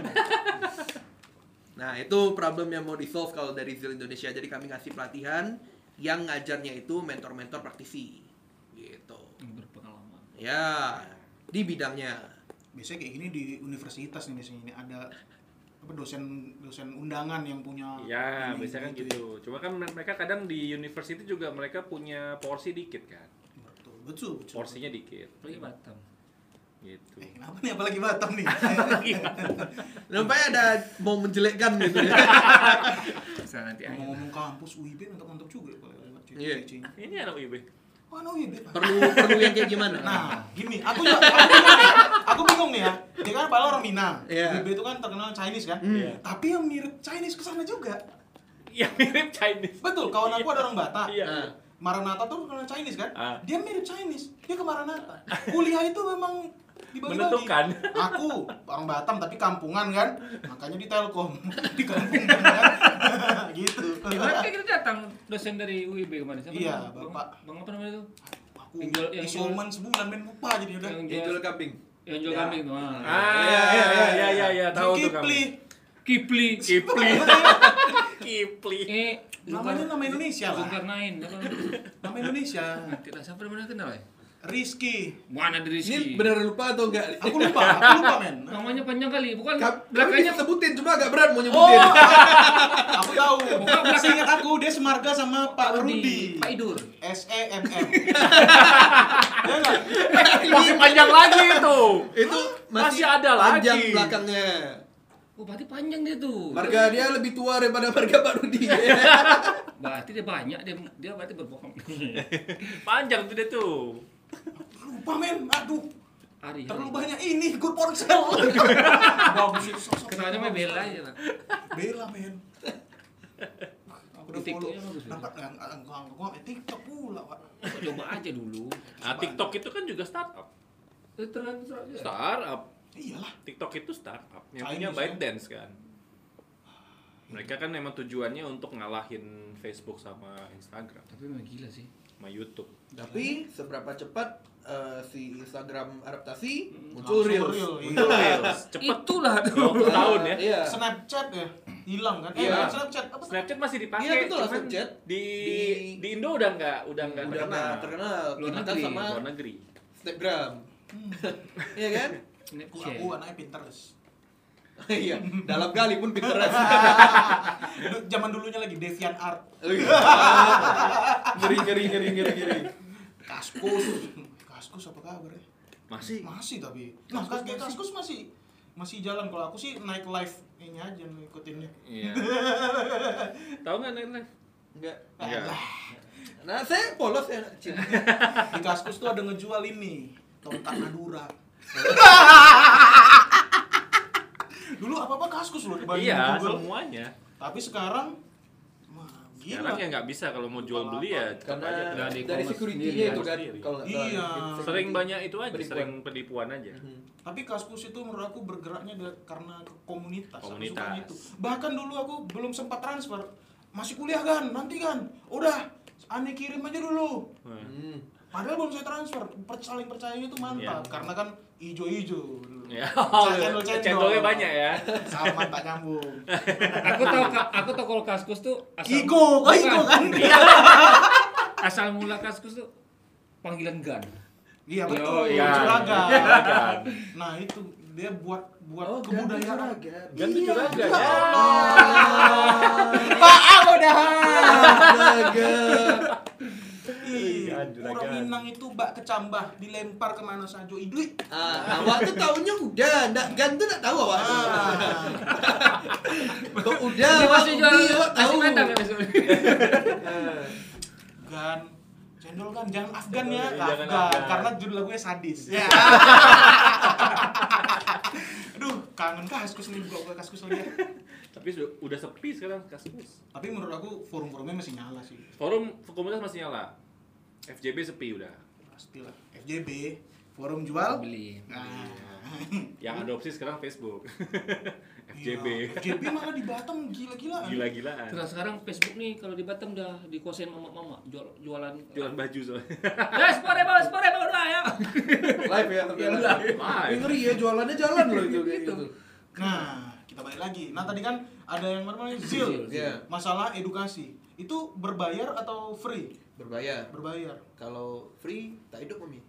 Nah itu problem yang mau di solve kalau dari Zil Indonesia. Jadi kami ngasih pelatihan yang ngajarnya itu mentor-mentor praktisi gitu. Berpengalaman. Ya di bidangnya. Biasanya kayak gini di universitas nih, biasanya ini ada apa dosen undangan yang punya Ya, ini, biasanya kan gitu gitu. Cuma kan mereka kadang di university juga mereka punya porsi dikit kan. ya. Betul. Porsinya dikit. Apalagi Batam. Gitu. Kenapa nih apalagi Batam nih? Nampaknya ada mau menjelekkan gitu ya. Bisa nanti aja. Ngomong kampus UIB mantap juga kalau lewat Iya. cicing. Ini anak UIB. Mana UIB? Pak? Perlu yang kayak gimana? Nah, gini, aku bingung nih ya. Dia kan padahal orang Minang. Iya. UIB itu kan terkenal Chinese kan? Iya. Tapi yang mirip Chinese kesana juga. Yang mirip Chinese. Betul, kawan aku ada orang Batak. Iya. Maranatha tuh terkenal Chinese kan? Ah. Dia mirip Chinese. Dia ke Maranatha. Kuliah itu memang dibagi-bagi. Menentukan. Aku orang Batam tapi kampungan kan, makanya di Telkom di kampung kan, gitu. Gimana kayak kita datang dosen dari UIB kemarin? Siapa Iya, namanya? Bapak. Bang apa namanya itu? Aku yang isoman sebulan main lupa jadi udah. Yang Jual kambing. Yang jual kambing tuh. Iya, tahu tuh kamu. Kipli. Kipli. Kipli. Namanya nama Indonesia lah. Zulkarnain. Nama Indonesia. Tidak siapa namanya kenal ya? Rizky. Mana dari Ini Rizky? benar lupa atau enggak? Aku lupa men. Namanya panjang kali, bukan Kami belakangnya sebutin cuma agak berat mau nyebutin. Aku tahu. Seingat aku dia semarga sama Pak Rudi. Pak Idur. SEMM. Ya enggak? Masih panjang lagi itu. Itu Masih ada panjang lagi. belakangnya. Oh, berarti panjang dia tuh. Marga dia lebih tua daripada marga Pak Rudi. Berarti dia banyak, dia berarti berbohong. Panjang tuh dia tuh. Lupa men. Aduh. Ari. Terlalu banyak ini ikut ponsel. Bagus itu sosok. Kenalnya mah Bella aja lah. Bella men. Aku udah Di follow. TikToknya bagus ya? Dapat gua TikTok pula, Pak. Coba aja dulu. Nah, TikTok itu kan juga startup. Terus Startup. Iyalah. TikTok itu startup. Yang Chinese, punya ya? ByteDance kan. Mereka kan memang tujuannya untuk ngalahin Facebook sama Instagram, Tapi memang gila sih. sama YouTube. Tapi seberapa cepat si Instagram adaptasi Langsung muncul Reels. reel, Muncul iya. Reels. Cepet. Itulah tuh. 20 tahun ya. Iya. Snapchat ya hilang kan? Iya. Snapchat apa? Snapchat masih dipakai, Iya, betul, cuman Snapchat. di Indo udah nggak Udah terkenal. nggak terkenal. Luar Kita negeri. sama Luar negeri. Snapgram. Iya kan? Aku anaknya Pinterest. Iya. Dalam kali pun Pinterest. Zaman dulunya lagi Deviant Art. Ngeri. Kaskus apa kabar ya? Masih. Tapi. Nah, Kaskus masih jalan. Kalau aku sih naik live ini aja ngikutinnya. Iya. Tahu nggak Nen? Enggak. Enggak. Nah, saya polos ya kecil. Di Kaskus tuh ada ngejual ini tongkat Madura. Dulu apa-apa Kaskus loh dibanding Iya, Google. semuanya. Tapi sekarang gila. Sekarang ya nggak bisa kalau mau jual beli ya tetap aja Karena dari dari e-commerce security-nya sendiri, itu kan sendiri. kalau nggak salah. Iya. sering banyak itu aja, Penipuan. sering penipuan aja. Tapi Kaskus itu menurut aku bergeraknya karena komunitas. Aku Komunitas. suka gitu. Bahkan dulu aku belum sempat transfer. Masih kuliah kan, nanti kan. Udah Aneh kirim aja dulu. Hmm. Padahal belum saya transfer, saling percayanya itu mantap. Iya. Karena kan ijo-ijo dulu. Ya, Cendol-cendol. cendolnya banyak ya. Sama tak nyambung. Aku tahu kalau Kaskus tuh Iko kan? asal mula Kaskus tuh panggilan Gan. Iya Yo, betul, iya. juragan. Nah itu dia buat kebudayaan. Gan tuh Iya, juragan, ya ya. Allah. Pak udah. Iya, Orang juragan. Minang itu bak kecambah dilempar kemana saja idui. Awak tuh taunya udah, gan tuh nggak tahu awak. Kok udah, Dia awak masih jual ubi, awak nasi tahu. padang ya besok. Gan, cendol kan jangan Afgan ya, Jangan Afgan. Afgan. Karena judul lagunya sadis. Ya. Aduh, kangen Kaskus nih buka Kaskus lagi. Ya. Tapi udah sepi sekarang Kaskus. Tapi menurut aku forum-forumnya masih nyala sih. Forum komunitas masih nyala. FJB sepi udah. Pastilah. FJB, forum jual Beli. Nah. Yang adopsi sekarang Facebook. FJB. Iya, FJB malah di Batam gila-gilaan. Gila-gilaan. Terus sekarang Facebook nih kalau di Batam udah dikuasain mama-mama jualan Jualan baju soalnya. Spore udah ya. Live ya, tapi live. Ngeri ya, jualannya jalan loh itu kayak gitu. Nah, kita balik lagi. Nah, tadi kan ada yang namanya Zil. Iya. Masalah edukasi. Itu berbayar atau free? Berbayar. Berbayar. Kalau free tak hidup mami.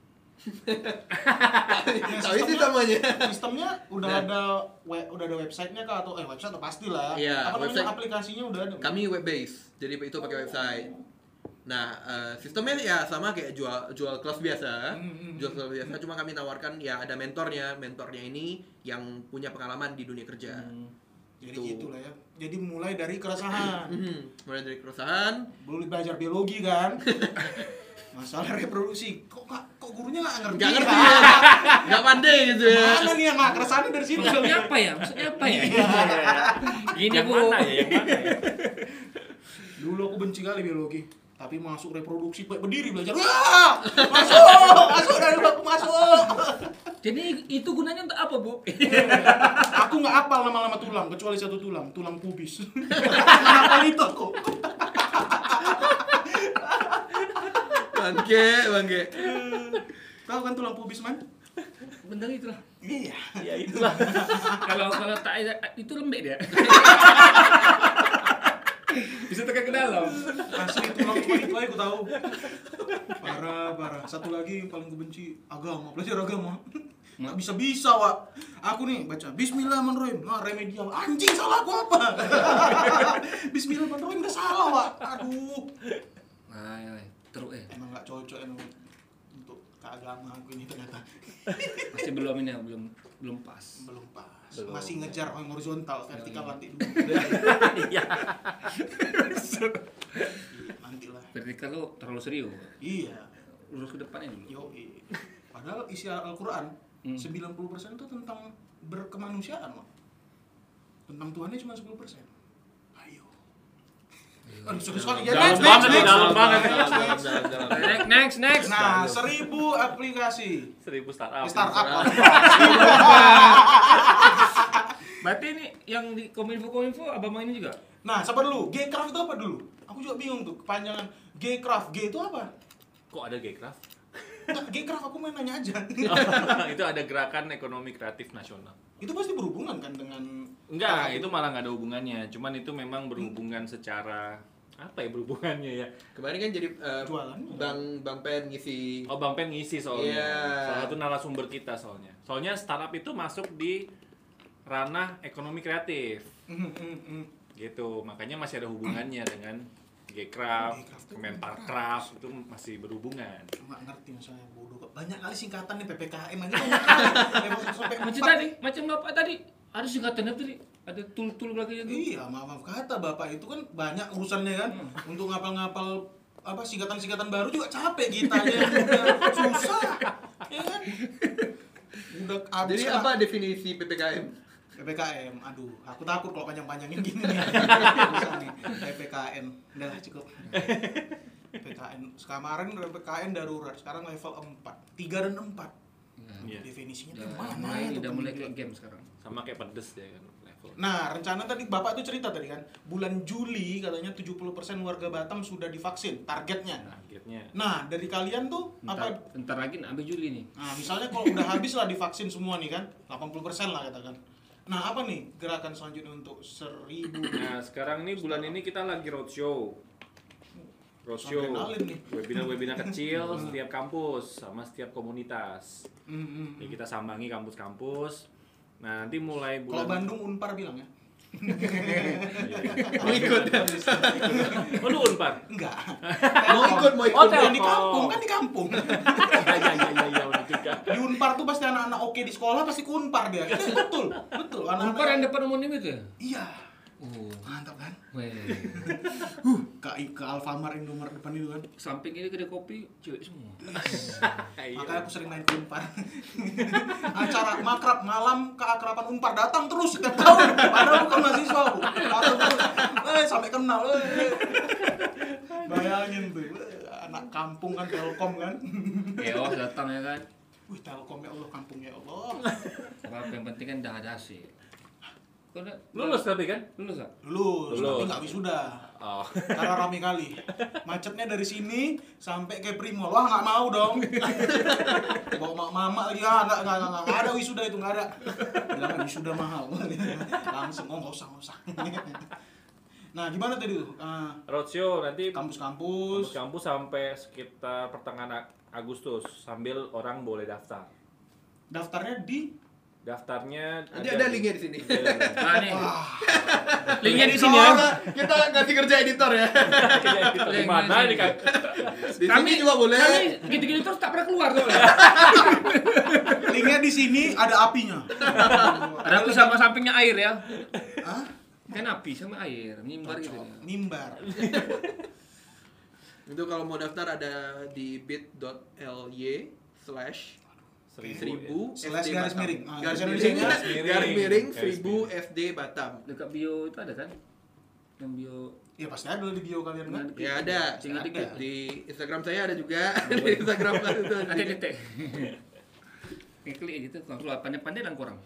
Ya, Tahu sih namanya. Sistemnya udah ada websitenya kah atau website atau pastilah. Iya, Apa namanya website. aplikasinya udah ada. Kami web base, jadi itu pakai website. Nah, sistemnya ya sama kayak jual kelas biasa. Jual kelas biasa, cuma kami tawarkan ya ada mentornya. Mentornya ini yang punya pengalaman di dunia kerja. Jadi Gitu. gitulah ya. Jadi mulai dari keresahan. Mulai dari keresahan, Belum belajar biologi kan. Masalah reproduksi. Kok gurunya nggak ngerti? nggak ngerti ya? ya, nggak pandai gitu ya. Mana nih yang nggak keresahannya dari sini? Maksudnya apa ya? Gini Yang Bu. mana ya? Yang mana ya? Dulu aku benci kali biologi. Tapi masuk reproduksi, berdiri belajar. Wah! Masuk dari baku masuk. Jadi itu gunanya untuk apa, Bu? Aku nggak hafal nama-nama tulang kecuali satu tulang pubis. Hafal itu aku. Bangke. Tahu kan tulang pubis man? Bener itulah. Iya. Ya itulah. Kalau tak ada itu lembek dia. Bisa tekan ke dalam. Asli tulang cuma itu aja aku tahu. Parah. Satu lagi yang paling gue benci agama, belajar agama. Nggak bisa, Wak. Aku nih baca Bismillahirrahmanirrahim. Nah, remedial. Anjing, salah aku apa? Bismillahirrahmanirrahim udah salah, Wak. Aduh. Ay, terus Emang nggak cocok emang untuk keagama aku ini ternyata. masih belum ini belum pas. Belum pas. Belum. Masih ngejar yang horizontal, vertikal nanti dulu. Iya. Nanti lah. Vertikal lo terlalu serius. Iya. Lurus ke depannya dulu. Yo, padahal isi Al-Quran 90% itu tentang berkemanusiaan, loh. Tentang Tuhannya cuma 10%. Ayo. Aduh, sekali ya. Dalam banget nih, dalam banget. Next. Nah, 1000 aplikasi 1000 startup. startup. Berarti ini yang di Kominfo Abang ini juga? Nah, sabar dulu. Gcraft itu apa dulu? Aku juga bingung tuh kepanjangan Gcraft. G itu apa? Kok ada Gcraft? Nah, Gcraft aku main nanya aja. Itu ada Gerakan Ekonomi Kreatif Nasional. Itu pasti berhubungan kan dengan Enggak, itu malah nggak ada hubungannya. Cuman itu memang berhubungan secara apa ya berhubungannya ya? Kemarin kan jadi Jualannya. Bang Pen ngisi. Oh, Bang Pen ngisi soalnya. Iya. Salah satu narasumber kita soalnya. Soalnya startup itu masuk di ranah ekonomi kreatif. Gitu. Makanya masih ada hubungannya dengan Gcraft, Kemenparkraf itu masih berhubungan. Nggak ngerti maksudnya bodoh. Banyak kali singkatan nih PPKM aja banyak kali. Sampai Macam Bapak tadi ada singkatannya tadi. Ada tul belakangnya tuh. Iya, maaf kata Bapak itu kan banyak urusannya kan. Untuk ngapal-ngapal apa singkatan-singkatan baru juga capek kita ya. Susah. Ya kan? Udah habis. Jadi kan. apa definisi PPKM? PPKM, aduh, aku takut kalau panjang-panjangin gini nih. Susah nih, PPKM, udah lah cukup. PPKM, kemarin PPKM darurat, sekarang level 4, 3 dan 4. Ya. Iya. Definisinya Udah tuh mana mulai, tuh udah mulai penipuan? kayak game sekarang. Sama kayak pedes dia kan level. Nah, rencana tadi Bapak tuh cerita tadi kan, bulan Juli katanya 70% warga Batam sudah divaksin, targetnya. Targetnya. Nah, dari kalian tuh apa? Bentar lagi sampai Juli nih. Nah, misalnya kalau udah habis lah divaksin semua nih kan, 80% lah katakan. Nah, apa nih gerakan selanjutnya untuk 1000? Nah, sekarang nih bulan ini kita lagi roadshow. Roadshow, Adrenalin nih. webinar-webinar kecil setiap kampus sama setiap komunitas. Hmm. Jadi kita sambangi kampus-kampus. Nah, nanti mulai Kalau bulan Bandung Unpar bilang ya? Mau ikut ya? Oh, lu Unpar? Enggak. Mau ikut Oh, Bukan di Telkom. kampung, kan di kampung. Iya, udah juga. Di Unpar tuh pasti anak-anak oke di sekolah pasti ke Unpar dia. Betul. Anak-anak Unpar yang depan umum itu ya? Iya. Oh. Mantap kan? Weh. Ke Alfamart Indomaret depan itu kan. Samping ini kedai kopi cewek semua. Makanya aku sering main ke Unpar. Acara makrab malam keakraban Unpar datang terus setiap tahun. Padahal bukan mahasiswa aku. Datang terus. Sampai kenal. Bayangin tuh. Anak kampung kan Telkom kan. Keos datang ya kan. Wih, Telkom ya Allah, kampung ya Allah. Apa yang penting kan dah ada AC. Kau udah Lulus tapi kan? lulus gak? Lulus, Lulus. tapi nggak wisuda. Oh. Karena rame kali. Macetnya dari sini sampai ke Primol. Wah, nggak mau dong. Bawa mama lagi, nggak ada wisuda itu, nggak ada. Bilang wisuda mahal. Langsung, nggak usah. Nah, gimana tadi tuh? Roadshow nanti Kampus-kampus. kampus sampai sekitar pertengahan Agustus sambil orang boleh daftar. Daftarnya di Daftarnya Nanti ada linknya di sini. Nah nih. Wah, Linknya di sini ya. Kita ganti kerja editor ya. Di mana ini kan? Di sini juga boleh. Kami gitu-gitu terus tak pernah keluar tuh. linknya di sini ada apinya. Ada tuh sama sampingnya air ya. Hah? Kan api sama air, mimbar gitu ya. Mimbar. Itu kalau mau daftar ada di bit.ly/1000 Slash SD garis Batam. miring. Garis Garis miring, miring. garis miring Garis 1000 SD Batam. Dekat bio itu ada kan? Yang bio Ya pasti ada di bio kalian kan. Ya ada. Tinggal dikit. Di Instagram saya ada juga. Di Instagram saya itu. ada detek. Ini klik aja tuh, kalau pandai-pandai dan kurang.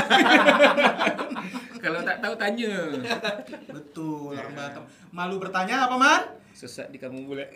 Kalau tak tahu tanya. Betul, orang Batam. Malu bertanya apa, Man? Sesat di kamu bule.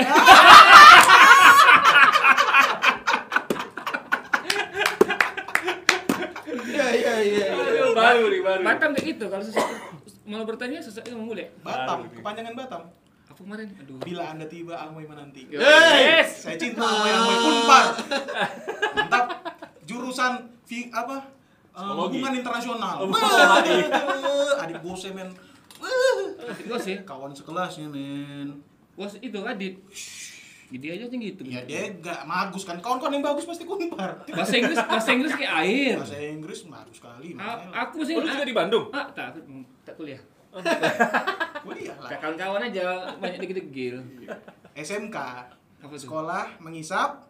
Iya. Baru nih, baru. Batam kayak gitu, kalau sesat mau bertanya sesat di kamu bule. Batam, kepanjangan Batam. Apa kemarin? Aduh. Bila Anda tiba, Amoy menanti. Yes. Saya cinta Amoy Unpar. Mantap. Jurusan Psikologi. hubungan internasional. Oh, bukan. Adik bose, men. Gua sih. Kawan sekelasnya, men. Bos itu Adit. Gede aja tinggi gitu. Ya dia gak bagus kan. Kawan-kawan yang bagus pasti Unpar. Bahasa Inggris kayak air. Bahasa Inggris bagus sekali. Aku sih Oh, lu juga di Bandung? tak kuliah. Kuliah lah. Kawan-kawan aja banyak degil-degil. SMK. Apa tuh? Sekolah mengisap.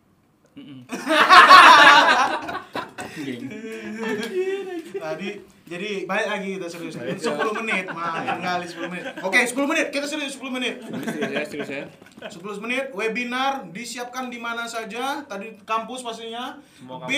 Geng. Tadi jadi balik lagi kita serius 10 menit makan kali 10 menit. Oke, 10 menit kita serius 10 menit. Serius ya. 10 menit webinar disiapkan di mana saja? Tadi kampus pastinya. Semua kampus.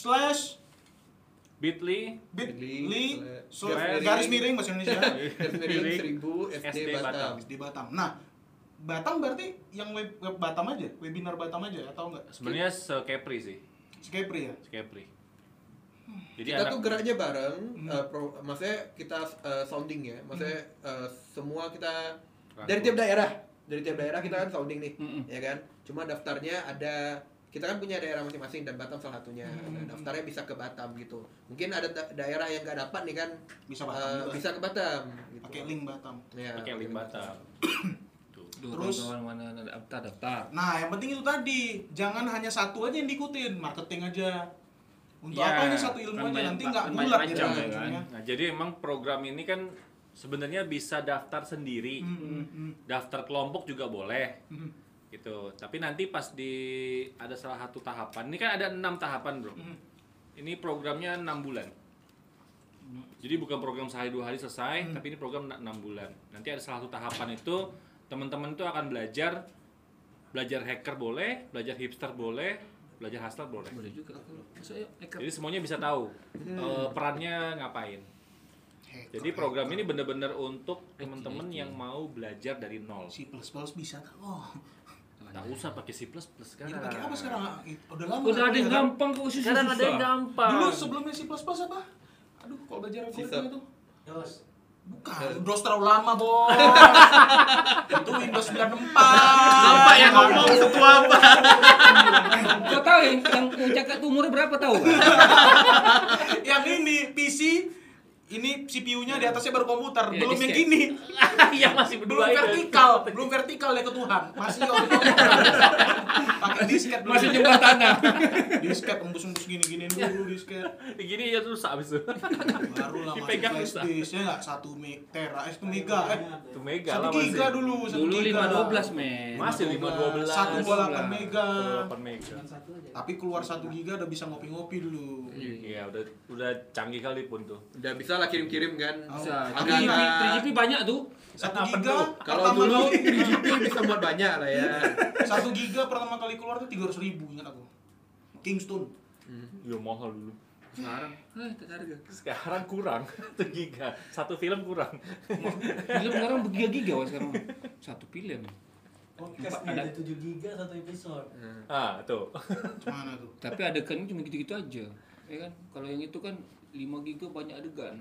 Bit.ly bit.ly Garis garis miring bahasa Indonesia Garis miring 1000 SD SD Batam. di Batam. Nah, Batam berarti yang web Batam aja, webinar Batam aja atau enggak? sebenarnya sekepri sih, Skepri ya. sekepri. Jadi Kita tuh geraknya bareng, maksudnya kita sounding ya, maksudnya semua kita dari tiap daerah kita kan sounding nih, ya kan. Cuma daftarnya ada, kita kan punya daerah masing-masing dan Batam salah satunya. Nah, daftarnya bisa ke Batam gitu. Mungkin ada daerah yang nggak dapat nih kan, Bisa Batam juga. bisa ke Batam. Gitu. Pakai link Batam. Ya, pakai link Batam. Terus? Terus mana daftar. Nah, yang penting itu tadi, jangan hanya satu aja yang diikutin, marketing aja. Untuk Ya, apa ini satu ilmu kan aja nanti nggak banyak bulat macam gitu ya kan. ujungnya. Nah, jadi emang program ini kan sebenarnya bisa daftar sendiri, daftar kelompok juga boleh, gitu. Tapi nanti pas ada salah satu tahapan, ini kan ada 6 tahapan bro. Ini programnya 6 bulan. Jadi bukan program sehari 2 hari selesai, tapi ini program 6 bulan. Nanti ada salah satu tahapan itu teman-teman itu akan belajar hacker boleh, belajar hipster boleh, belajar hustler boleh. Boleh juga kalau saya Jadi semuanya bisa tahu perannya ngapain. Jadi program ini benar-benar untuk teman-teman yang mau belajar dari nol. C++ bisa tak? Oh. Tak usah pakai C++ Jadi sekarang. pakai apa sekarang? Udah lama. udah ada yang kan? gampang kok susah. Sekarang ada yang gampang. Dulu sebelumnya C++ apa? Aduh, kalau belajar algoritma itu. Dos. Bukan, Windows terlalu lama, Bos. Itu Windows 94. Nampak yang ngomong setua apa? Kau tahu yang cakap tuh umur berapa tahu? Yang ini PC ini CPU-nya di atasnya baru komputer, Ya, belum yang disket. gini. Iya masih Belum berdua itu. belum vertikal ya ke Tuhan. Masih horizontal. Pakai disket dulu. Masih nyembah tanah. Disket embus-embus gini-gini dulu disket. Gini ya rusak abis itu. Baru lah masuk Dipegang flash susah. disk ya enggak 1 tera, itu mega. Itu mega 1 lah giga masih. dulu, 1 Dulu giga. 512 men. Masih 512. 128 mega. 8 mega. Tapi keluar 1 giga udah bisa ngopi-ngopi dulu. Iya, udah canggih kali pun tuh. Udah bisa lah kirim-kirim kan. Bisa. Agak-agak- 3GP banyak tuh. 1 Apa giga tuh? Kalau pertama dulu kali 3GP bisa buat banyak lah ya. 1 giga pertama kali keluar tuh 300.000 ingat aku. Kingston. Ya mahal dulu. Sekarang, tak harga. Sekarang kurang 1 giga. Satu film kurang. Film sekarang bergiga-giga wah sekarang. Satu film. Podcast Ada- ada 7 giga satu episode. Ah, tuh. Gimana tuh? Tapi adegannya cuma gitu-gitu aja. Ya kan? Kalau yang itu kan 5 giga banyak adegan.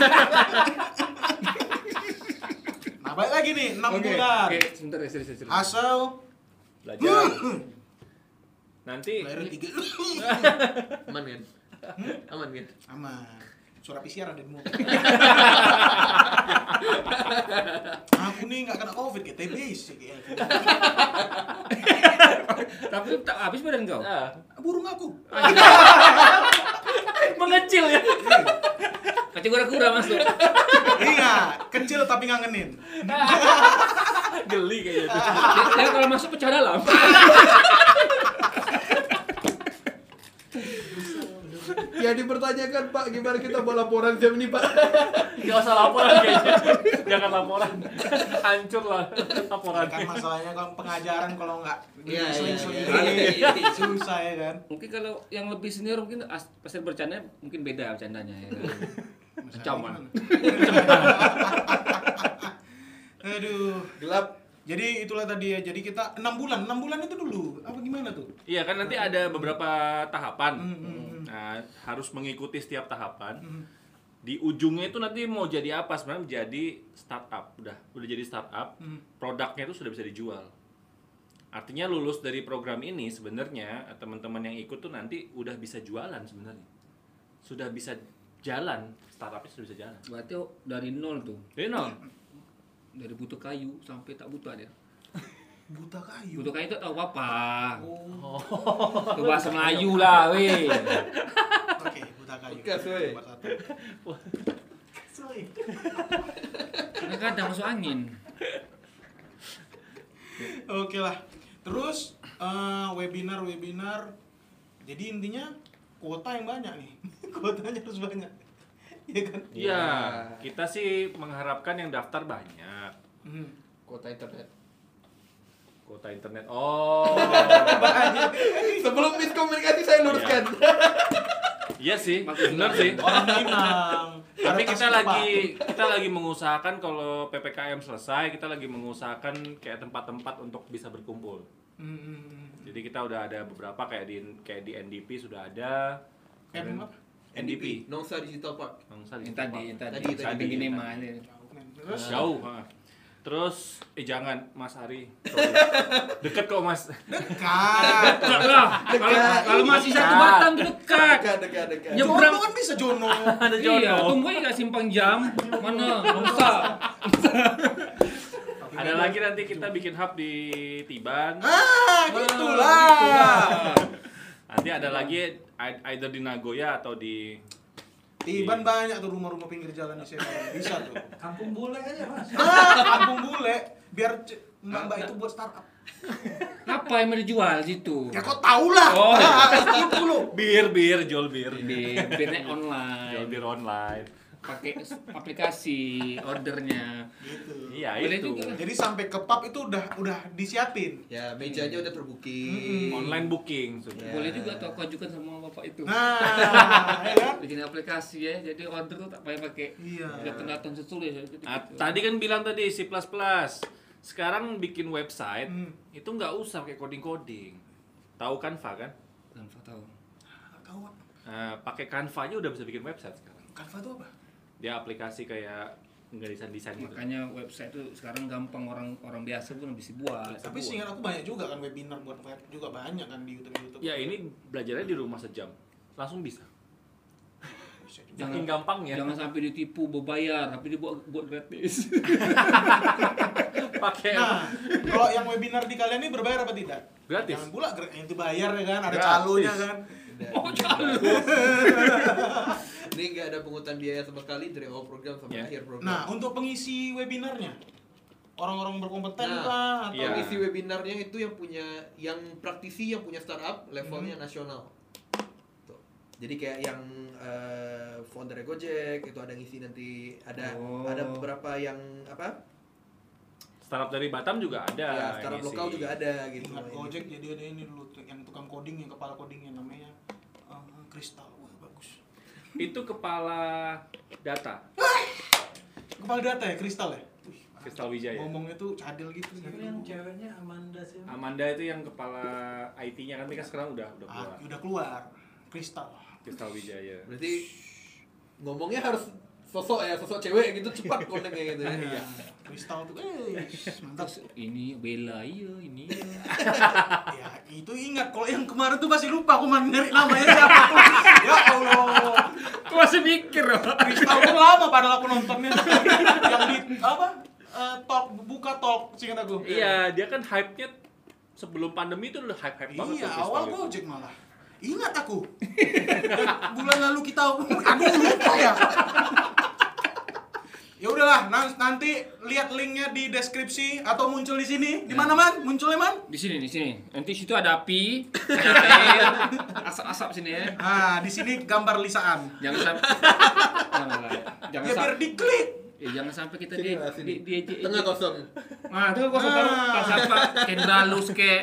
Nah, balik lagi nih 6 Oke, bulan. oke, sebentar ya, serius. Asal Belajar. Nanti lahir 3 Aman kan? Aman kan? aman. Suara PCR ada di muka. Aku nih nggak kena COVID kayak TBC kayak. Tapi tak habis badan kau. Burung aku. mengecil ya. Kacau kura-kura masuk. Iya, kecil tapi ngangenin. Geli kayaknya tuh. Dia kalau masuk pecah dalam. Ya dipertanyakan Pak, gimana kita mau laporan jam ini Pak? Gak usah laporan kayaknya. Jangan laporan. Hancur lah laporan. Kan masalahnya kalau pengajaran kalau nggak Iya, seling-seling iya, gini, susah ya kan. Mungkin kalau yang lebih senior mungkin pasti bercanda mungkin beda bercandanya ya. Kan? Ancaman. Aduh. Gelap. Jadi itulah tadi ya. Jadi kita 6 bulan itu dulu. Apa gimana tuh? Iya kan nanti ada beberapa tahapan. Hmm. Nah, harus mengikuti setiap tahapan. Di ujungnya itu nanti mau jadi apa? Sebenarnya menjadi startup. Udah jadi startup. Produknya itu sudah bisa dijual. Artinya lulus dari program ini sebenarnya teman-teman yang ikut tuh nanti udah bisa jualan sebenarnya. Sudah bisa jalan, startupnya sudah bisa jalan. Berarti dari nol tuh. Dari nol. Dari butuh kayu sampai tak butuh dia. Buta kayu. Butuh kayu itu tahu apa? Oh. Itu bahasa Melayu lah, weh. Oke, buta kayu. Bekas, weh. Nomor 1. Kadang-kadang masuk angin. Oke lah. Terus webinar. Jadi intinya kuota yang banyak nih. Kuotanya harus banyak. Iya kan? Iya, kita sih mengharapkan yang daftar banyak. Kuota internet. Kuota internet. Oh. Sebelum miskomunikasi saya luruskan. Iya sih, benar sih. Orang Minang. Tapi Ada kita tas lagi mengusahakan kalau PPKM selesai, kita lagi mengusahakan kayak tempat-tempat untuk bisa berkumpul. Jadi kita udah ada beberapa kayak di NDP sudah ada. apa? NDP. Nongsa Digital Park. Yang tadi Tadi, samping ini mah. Terus Jauh. Terus jangan Mas Ari. Deket kok Mas. dekat. Dekat lah. Kalau masih satu batang tuh dekat. Dekat. Nyebrang. Jono kan bisa Jono. Ada Iya, tunggu aja nggak simpang jam. Mana? Nggak usah. Ada lagi nanti kita bikin hub di Tiban. Gitulah. Nanti ada lagi either di Nagoya atau di Tiban banyak tuh rumah-rumah pinggir jalan di sini. Bisa tuh. Kampung bule aja mas. Kampung bule biar mbak itu buat startup. Apa yang mau dijual situ? Ya kok tau lah. Oh. Itu loh. bir, jual bir. Di internet online. Jual bir online. pakai aplikasi ordernya. Gitu. Iya Boleh itu. juga. Jadi sampai ke pub itu udah disiapin. Ya, mejanya udah terbooking. Online booking sudah. Ya. Boleh juga tuh aku ajukan sama bapak itu. Nah, ya kan? Bikin aplikasi ya, jadi order tuh tak payah pakai Iya. datang susul ya. Jadi Ah, gitu. tadi kan bilang tadi C++. Sekarang bikin website itu nggak usah pakai coding-coding. Tahu Canva kan? Tanpa tahu. Nggak tahu apa. Pakai Canva aja udah bisa bikin website sekarang. Canva itu apa? Dia aplikasi kayak nggak desain gitu. Makanya website tuh sekarang gampang orang biasa pun bisa buat. Tapi seingat aku banyak juga kan webinar buat web juga banyak kan di YouTube. Ya ini belajarnya di rumah sejam, langsung bisa. Bisa juga. Saking gampangnya. Jangan sampai ditipu berbayar, tapi dia buat gratis. Pakai Nah, kalau yang webinar di kalian ini berbayar apa tidak? Gratis. Jangan pula itu bayar ya kan, ada Gratis. calonya kan. Udah. Oh, calo. Ini nggak ada pungutan biaya sama sekali dari awal program sampai Ya. akhir program. Nah, untuk pengisi webinarnya orang-orang berkompeten Nah, kah atau iya. Isi webinarnya itu yang praktisi yang punya startup levelnya nasional. Tuh. Jadi kayak yang founder Gojek itu ada ngisi nanti ada Oh. beberapa yang apa? startup dari Batam juga ada. Ya, startup ngisi. lokal juga ada gitu. ingat Gojek jadi ada ini dulu yang tukang coding yang kepala codingnya namanya Kristal. Wah, bagus. Itu kepala data, Kepala data ya, Kristal ya? Wih, Kristal Wijaya. ngomongnya tuh cadel gitu. Siapa yang ceweknya Amanda sih? Amanda itu yang kepala IT-nya kan, sekarang udah keluar. Udah keluar. Kristal. Kristal Wijaya. Berarti ngomongnya harus sosok cewek gitu cepat koneknya gitu ya. Iya. Kristal tuh mantap. Terus ini Bella iya, ini iya. Ya, itu ingat kalau yang kemarin tuh masih lupa aku nyari namanya siapa. Ya Allah. Aku masih mikir loh. Kristal tuh lama padahal aku nontonnya. Yang di apa? Buka talk singkat aku. Iya, dia kan hype-nya sebelum pandemi itu udah hype banget. Iya, tuh awal Kristal itu. Gojek malah. Ingat aku. Bulan lalu kita aduh lupa ya. Ya udahlah, nanti lihat linknya di deskripsi atau muncul di sini. Di mana Man? Munculnya Man? Di sini. Nanti situ ada api, ada air, asap-asap sini ya. Nah, di sini gambar lisaan. Jangan sampai jangan Ya biar sampai diklik. jangan sampai kita Sini lah, sini. di Tengah kosong. Nah, itu kosong taruh pas apa? Kendralus ke.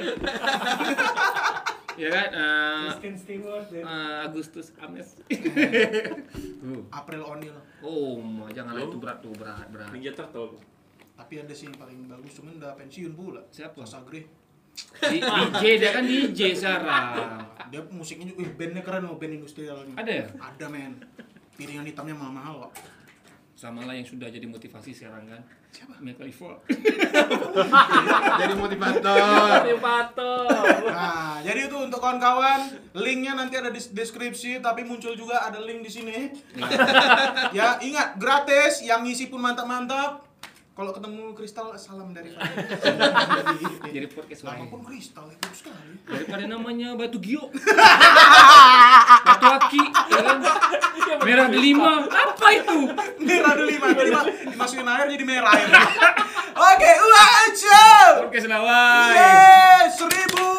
Ya kan? Kristen Stewart ya. Agustus Ames. April O'Neil. Oh, janganlah itu berat. Ninja Turtle. Tapi ada sih yang paling bagus, cuman udah pensiun pula. Siapa? Sasa Grey. DJ dia kan DJ sekarang. Dia musiknya juga, bandnya keren loh, band industrialnya. Ada ya? Ada men. Piringan hitamnya mahal-mahal kok. Sama lah yang sudah jadi motivasi sekarang kan. Siapa? Mia Khalifa. Jadi motivator. Nah, jadi itu untuk kawan-kawan, linknya nanti ada di deskripsi, tapi muncul juga ada link di sini. Ya, ingat gratis, yang ngisi pun mantap-mantap. Kalau ketemu Kristal, salam dari Fadil. Jadi podcast Nama lain. pun Kristal, ya bagus sekali. Daripada namanya Batu Gio. Batu Aki, ya kan? Merah delima. Apa itu? Merah delima, dimasukin air jadi merah. Ya. Oke, aja. Podcast lawan. Yes, 1000